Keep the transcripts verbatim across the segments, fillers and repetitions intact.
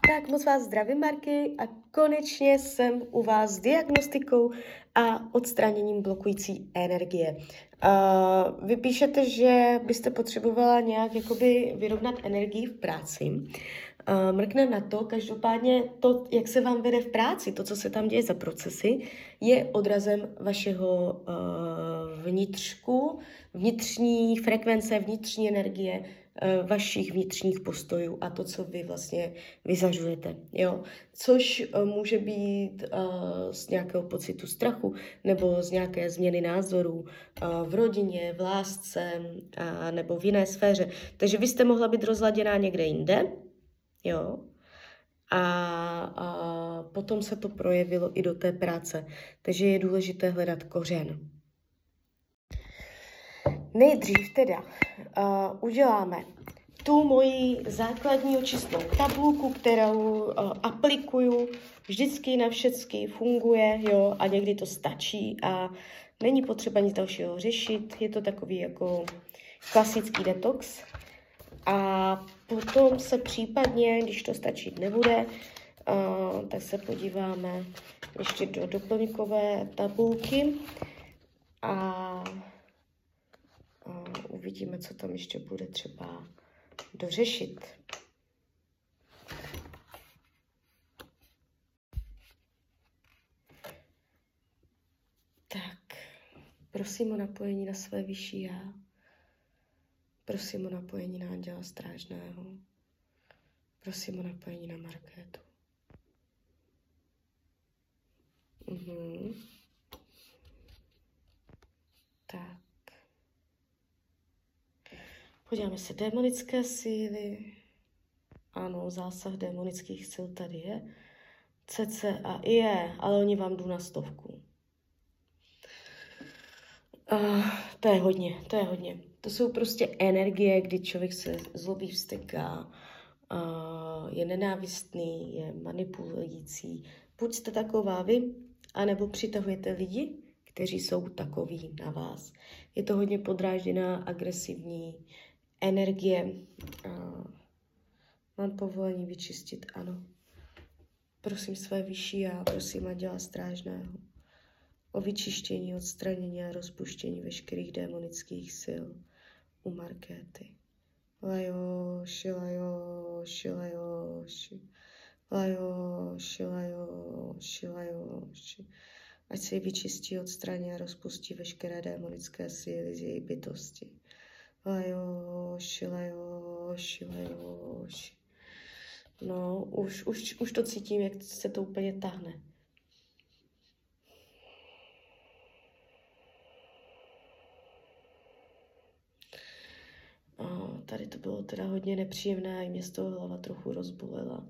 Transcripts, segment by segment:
Tak moc vás zdravím, Marky, a konečně jsem u vás s diagnostikou a odstraněním blokující energie. Uh, vy píšete, že byste potřebovala nějak jakoby vyrovnat energii v práci. Uh, mrkne na to, každopádně to, jak se vám vede v práci, to, co se tam děje za procesy, je odrazem vašeho uh, vnitřku, vnitřní frekvence, vnitřní energie, uh, vašich vnitřních postojů a to, co vy vlastně vyzařujete. Jo? Což uh, může být uh, z nějakého pocitu strachu nebo z nějaké změny názorů uh, v rodině, v lásce uh, nebo v jiné sféře. Takže vy jste mohla být rozladěná někde jinde, jo, a, a potom se to projevilo i do té práce. Takže je důležité hledat kořen. Nejdřív teda uh, uděláme tu moji základní očistnou tabulku, kterou uh, aplikuju vždycky na všechny, funguje, jo, a někdy to stačí a není potřeba nic dalšího řešit. Je to takový jako klasický detox. A potom se případně, když to stačit nebude, uh, tak se podíváme ještě do doplňkové tabulky a uh, uvidíme, co tam ještě bude třeba dořešit. Tak, prosím o napojení na své vyšší já. Prosím o napojení na Anděla Strážného. Prosím o napojení na Markétu. Mhm. Tak. Podíváme se, démonické síly. Ano, zásah démonických sil tady je. C C A je, ale oni vám jdou na stovku. Uh, to je hodně, to je hodně. To jsou prostě energie, kdy člověk se zlobí, vzteká, uh, je nenávistný, je manipulující. Buď jste taková vy, anebo přitahujete lidi, kteří jsou takoví na vás. Je to hodně podrážděná, agresivní energie. Uh, mám povolení vyčistit, ano. Prosím své vyšší já, prosím Anděla Strážného o vyčištění, odstranění a rozpuštění veškerých démonických sil u Markéty. Lajoši, lajoši, lajoši, lajoši, lajoši, lajoši. Ať se jí vyčistí, odstraní a rozpustí veškeré démonické síly z její bytosti. Lajoši, lajoši, lajoši. No, už, už, už to cítím, jak se to úplně tahne. A tady to bylo teda hodně nepříjemné a i mě z toho hlava trochu rozbolela.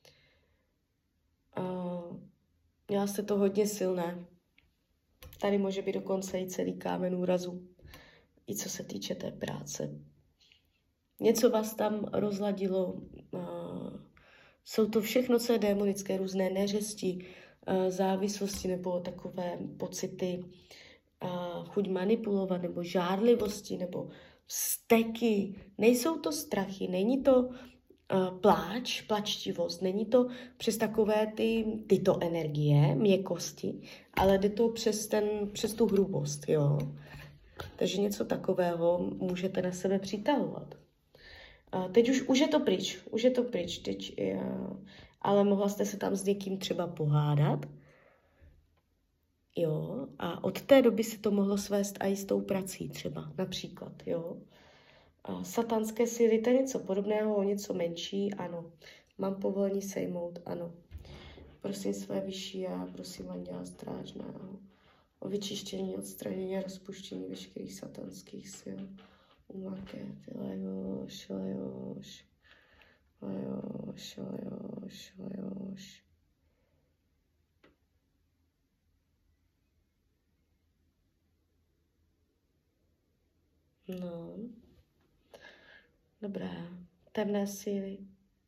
A měla jste to hodně silné. Tady může být dokonce i celý kámen úrazu, i co se týče té práce. Něco vás tam rozladilo. Jsou to všechno, co je démonické, různé neřesti, závislosti nebo takové pocity, chuť manipulovat nebo žárlivosti nebo vzteky. Nejsou to strachy, není to uh, pláč, plačtivost, není to přes takové ty, tyto energie, měkkosti, ale jde to přes, ten, přes tu hrubost, jo. Takže něco takového můžete na sebe přitahovat. Uh, teď už, už je to pryč, už je to pryč, teď, uh, ale mohla jste se tam s někým třeba pohádat, jo, a od té doby se to mohlo svést i s tou prací třeba, například, jo. A satanské síly, to je něco podobného, o něco menší, ano. Mám povolení sejmout, ano. Prosím své vyšší já, prosím Anděla Strážného o vyčištění, odstranění a rozpuštění veškerých satanských sil. U Markéty, lajoš, lajoš, lajoš, lajoš, lajoš. No, dobré. Temné síly.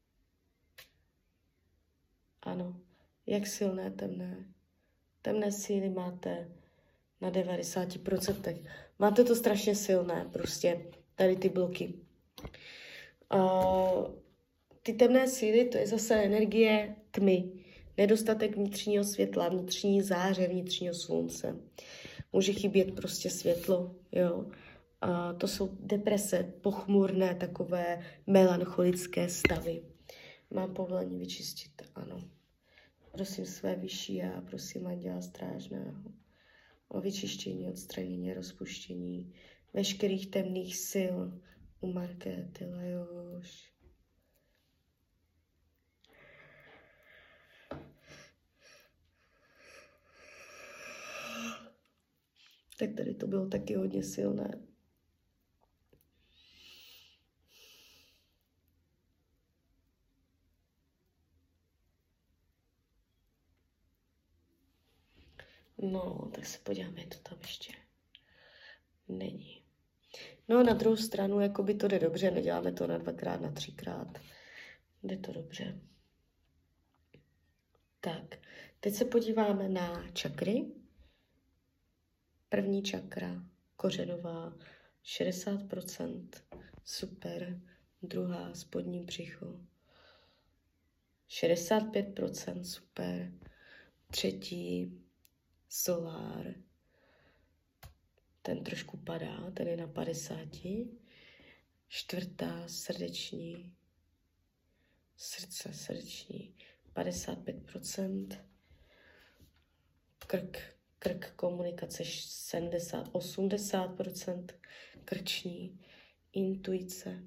Ano, jak silné temné. Temné síly máte na devadesát procent. Máte to strašně silné, prostě, tady ty bloky. Uh, ty temné síly, to je zase energie tmy. Nedostatek vnitřního světla, vnitřní záře, vnitřního slunce. Může chybět prostě světlo, jo. A to jsou deprese, pochmurné, takové melancholické stavy. Mám povolení vyčistit, ano. Prosím své vyšší já, prosím Anděla Strážného o vyčištění, odstranění, rozpuštění veškerých temných sil u Markéty Lajoš. Tak tady to bylo taky hodně silné. No, tak se podíváme, to tam ještě není. No, na druhou stranu, jako by to jde dobře, neděláme to na dvakrát, na třikrát. Jde to dobře. Tak, teď se podíváme na čakry. První čakra, kořenová, šedesát procent, super. Druhá, spodní břicho, šedesát pět procent, super. Třetí, solár, ten trošku padá, ten je na padesáti. Čtvrtá, srdeční, srdce, srdeční, padesát pět procent. Krk, krk, komunikace, sedmdesát, osmdesát procent. Krční, intuice.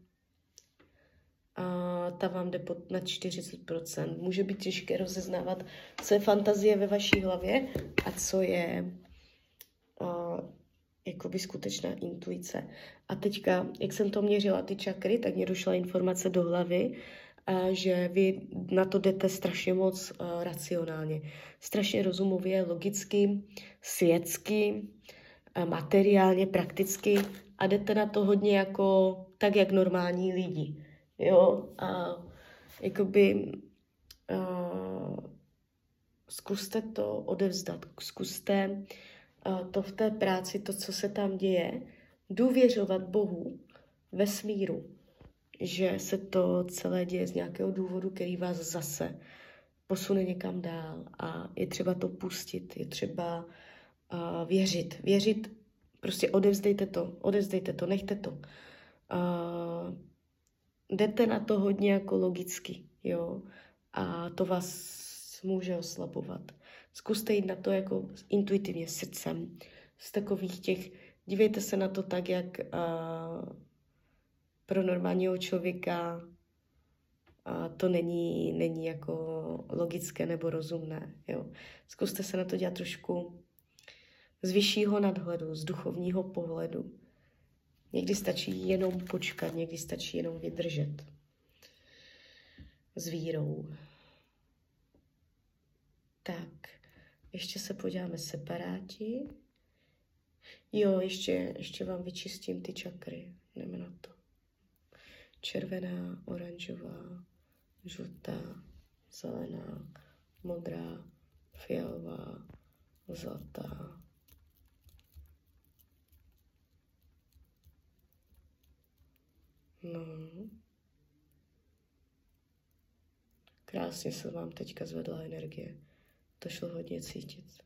A ta vám jde pod, na čtyřicet procent. Může být těžké rozeznávat, co je fantazie ve vaší hlavě a co je uh, jakoby skutečná intuice. A teďka, jak jsem to měřila, ty čakry, tak mě došla informace do hlavy, uh, že vy na to jdete strašně moc uh, racionálně. Strašně rozumově, logicky, světsky, uh, materiálně, prakticky a jdete na to hodně jako tak, jak normální lidi. Jo, a jakoby uh, zkuste to odevzdat, zkuste uh, to v té práci, to, co se tam děje, důvěřovat Bohu, vesmíru, že se to celé děje z nějakého důvodu, který vás zase posune někam dál a je třeba to pustit, je třeba uh, věřit, věřit, prostě odevzdejte to, odevzdejte to, nechte to. Uh, Jdete na to hodně jako logicky, jo, a to vás může oslabovat. Zkuste jít na to jako intuitivně, srdcem, z takových těch, dívejte se na to tak, jak uh, pro normálního člověka uh, to není, není jako logické nebo rozumné, jo. Zkuste se na to dělat trošku z vyššího nadhledu, z duchovního pohledu. Někdy stačí jenom počkat, někdy stačí jenom vydržet. S vírou. Tak, ještě se podíváme separáti. Jo, ještě, ještě vám vyčistím ty čakry. Jdeme na to. Červená, oranžová, žlutá, zelená, modrá, fialová, zlatá. No. Krásně se vám teďka zvedla energie. To šlo hodně cítit.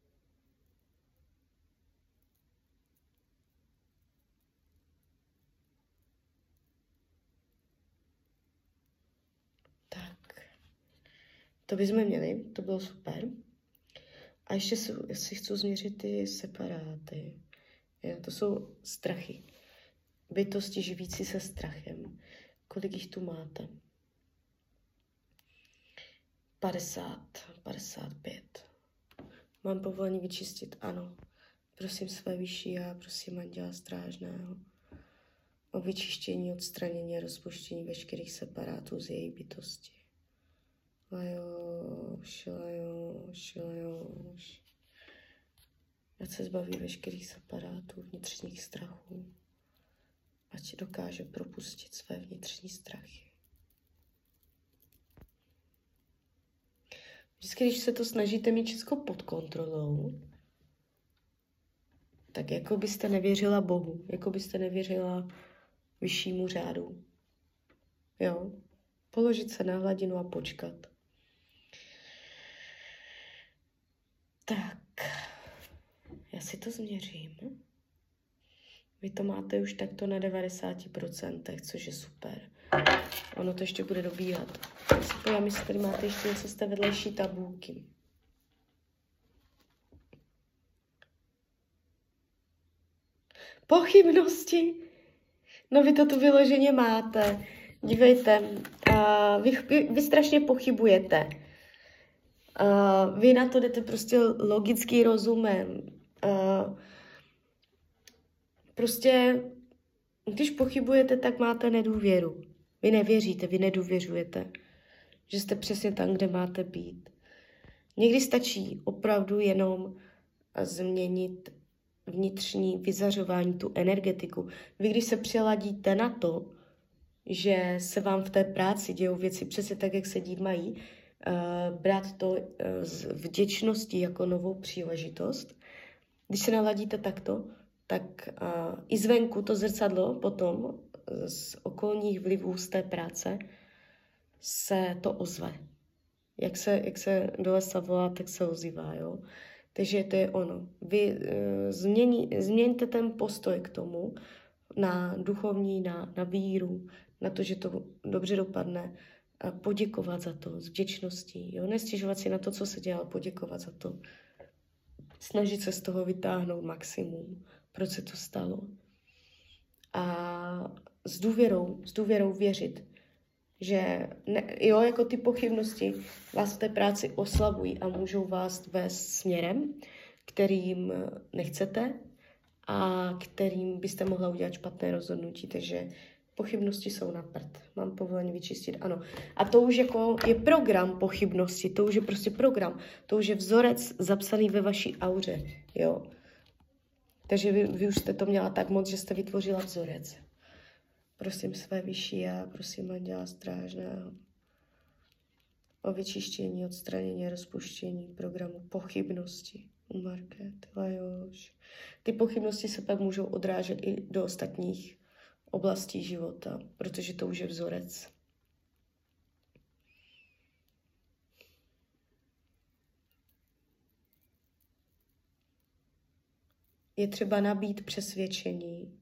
Tak. To bychom měli, to bylo super. A ještě si, si chci změřit ty separáty. Jo, to jsou strachy. Bytosti živící se strachem. Kolik jich tu máte? padesát, padesát pět. Mám povolení vyčistit? Ano. Prosím své vyšší já, prosím Anděla Strážného o vyčištění, odstranění a rozpuštění veškerých separátů z její bytosti. Lajoš, lajoš, lajoš. Ať se zbaví veškerých separátů, vnitřních strachů. Ať dokáže propustit své vnitřní strachy. Vždycky, když se to snažíte mít všechno pod kontrolou, tak jako byste nevěřila Bohu, jako byste nevěřila vyššímu řádu. Jo? Položit se na hladinu a počkat. Tak, já si to změřím. Vy to máte už takto na devadesát procent, což je super. Ono to ještě bude dobíhat. Já si pojďme, jestli tady máte ještě něco z té vedlejší tabulky. Pochybnosti. No vy to tu vyloženě máte. Dívejte, uh, vy, vy, vy strašně pochybujete. Uh, vy na to jdete prostě logický rozumem. Uh, prostě, když pochybujete, tak máte nedůvěru. Vy nevěříte, vy nedůvěřujete, že jste přesně tam, kde máte být. Někdy stačí opravdu jenom změnit vnitřní vyzařování, tu energetiku. Vy, když se přeladíte na to, že se vám v té práci dějou věci přesně tak, jak se dít mají, uh, brát to uh, z vděčností jako novou příležitost. Když se naladíte takto, tak uh, i zvenku to zrcadlo potom z okolních vlivů z té práce se to ozve. Jak se, jak se do lesa volá, tak se ozývá, jo. Takže to je ono. Vy uh, změní, změňte ten postoj k tomu, na duchovní, na, na víru, na to, že to dobře dopadne, a poděkovat za to s vděčností. Jo? Nestěžovat si na to, co se dělalo, poděkovat za to. Snažit se z toho vytáhnout maximum, proč se to stalo. A s důvěrou, s důvěrou věřit, že ne, jo, jako ty pochybnosti vás v té práci oslabují a můžou vás vést směrem, kterým nechcete a kterým byste mohla udělat špatné rozhodnutí. Takže pochybnosti jsou na prd. Mám povolení vyčistit, ano. A to už jako je program pochybnosti, to už je prostě program, to už je vzorec zapsaný ve vaší auře, jo. Takže vy, vy už jste to měla tak moc, že jste vytvořila vzorec. Prosím své vyšší já, prosím Anděla Strážného o vyčištění, odstranění, rozpuštění programu pochybnosti u Markéty Lajoš. Ty pochybnosti se pak můžou odrážet i do ostatních oblastí života, protože to už je vzorec. Je třeba nabít přesvědčení,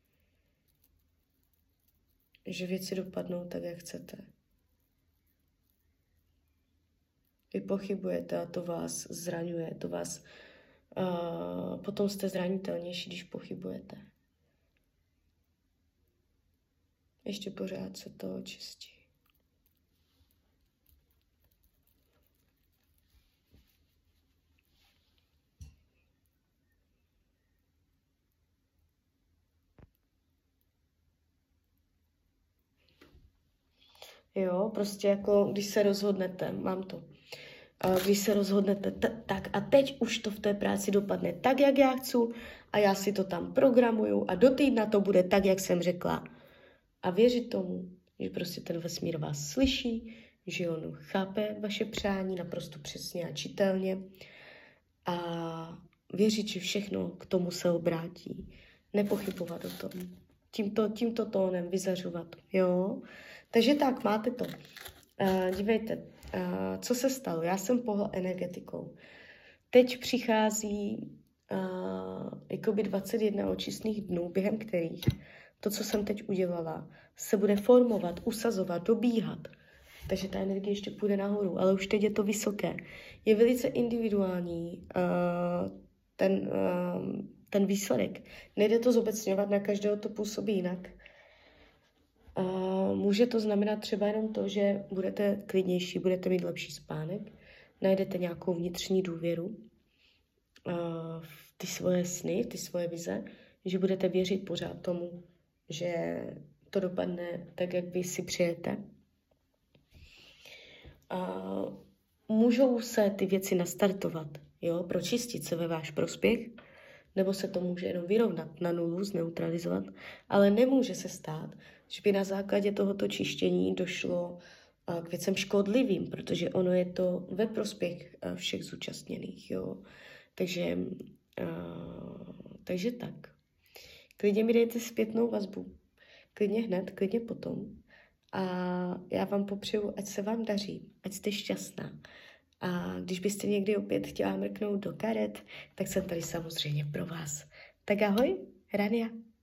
že věci dopadnou tak, jak chcete. Vy pochybujete a to vás zraňuje, to vás... Uh, potom jste zranitelnější, když pochybujete. Ještě pořád se to očistí. Jo, prostě jako když se rozhodnete, mám to, když se rozhodnete, t- tak a teď už to v té práci dopadne tak, jak já chci a já si to tam programuju a do týdna to bude tak, jak jsem řekla. A věřit tomu, že prostě ten vesmír vás slyší, že on chápe vaše přání naprosto přesně a čitelně a věřit, že všechno k tomu se obrátí. Nepochybovat o tom. Tímto, tímto tónem vyzařovat, jo. Takže tak, máte to. Uh, dívejte, uh, co se stalo. Já jsem pohla energetikou. Teď přichází uh, jakoby dvacet jedna očistných dnů, během kterých to, co jsem teď udělala, se bude formovat, usazovat, dobíhat. Takže ta energie ještě půjde nahoru, ale už teď je to vysoké. Je velice individuální uh, ten, uh, ten výsledek. Nejde to zobecňovat, na každého to působí jinak. Uh, může to znamenat třeba jenom to, že budete klidnější, budete mít lepší spánek, najdete nějakou vnitřní důvěru uh, v ty svoje sny, v ty svoje vize, že budete věřit pořád tomu, že to dopadne tak, jak vy si přejete. Uh, můžou se ty věci nastartovat, jo, pročistit se ve váš prospěch, nebo se to může jenom vyrovnat na nulu, zneutralizovat, ale nemůže se stát, že by na základě tohoto čištění došlo k věcem škodlivým, protože ono je to ve prospěch všech zúčastněných, jo. Takže, uh, takže tak. Klidně mi dejte zpětnou vazbu. Klidně hned, klidně potom. a já vám popřeju, ať se vám daří, ať jste šťastná. A když byste někdy opět chtěla mrknout do karet, tak jsem tady samozřejmě pro vás. Tak ahoj, Rania.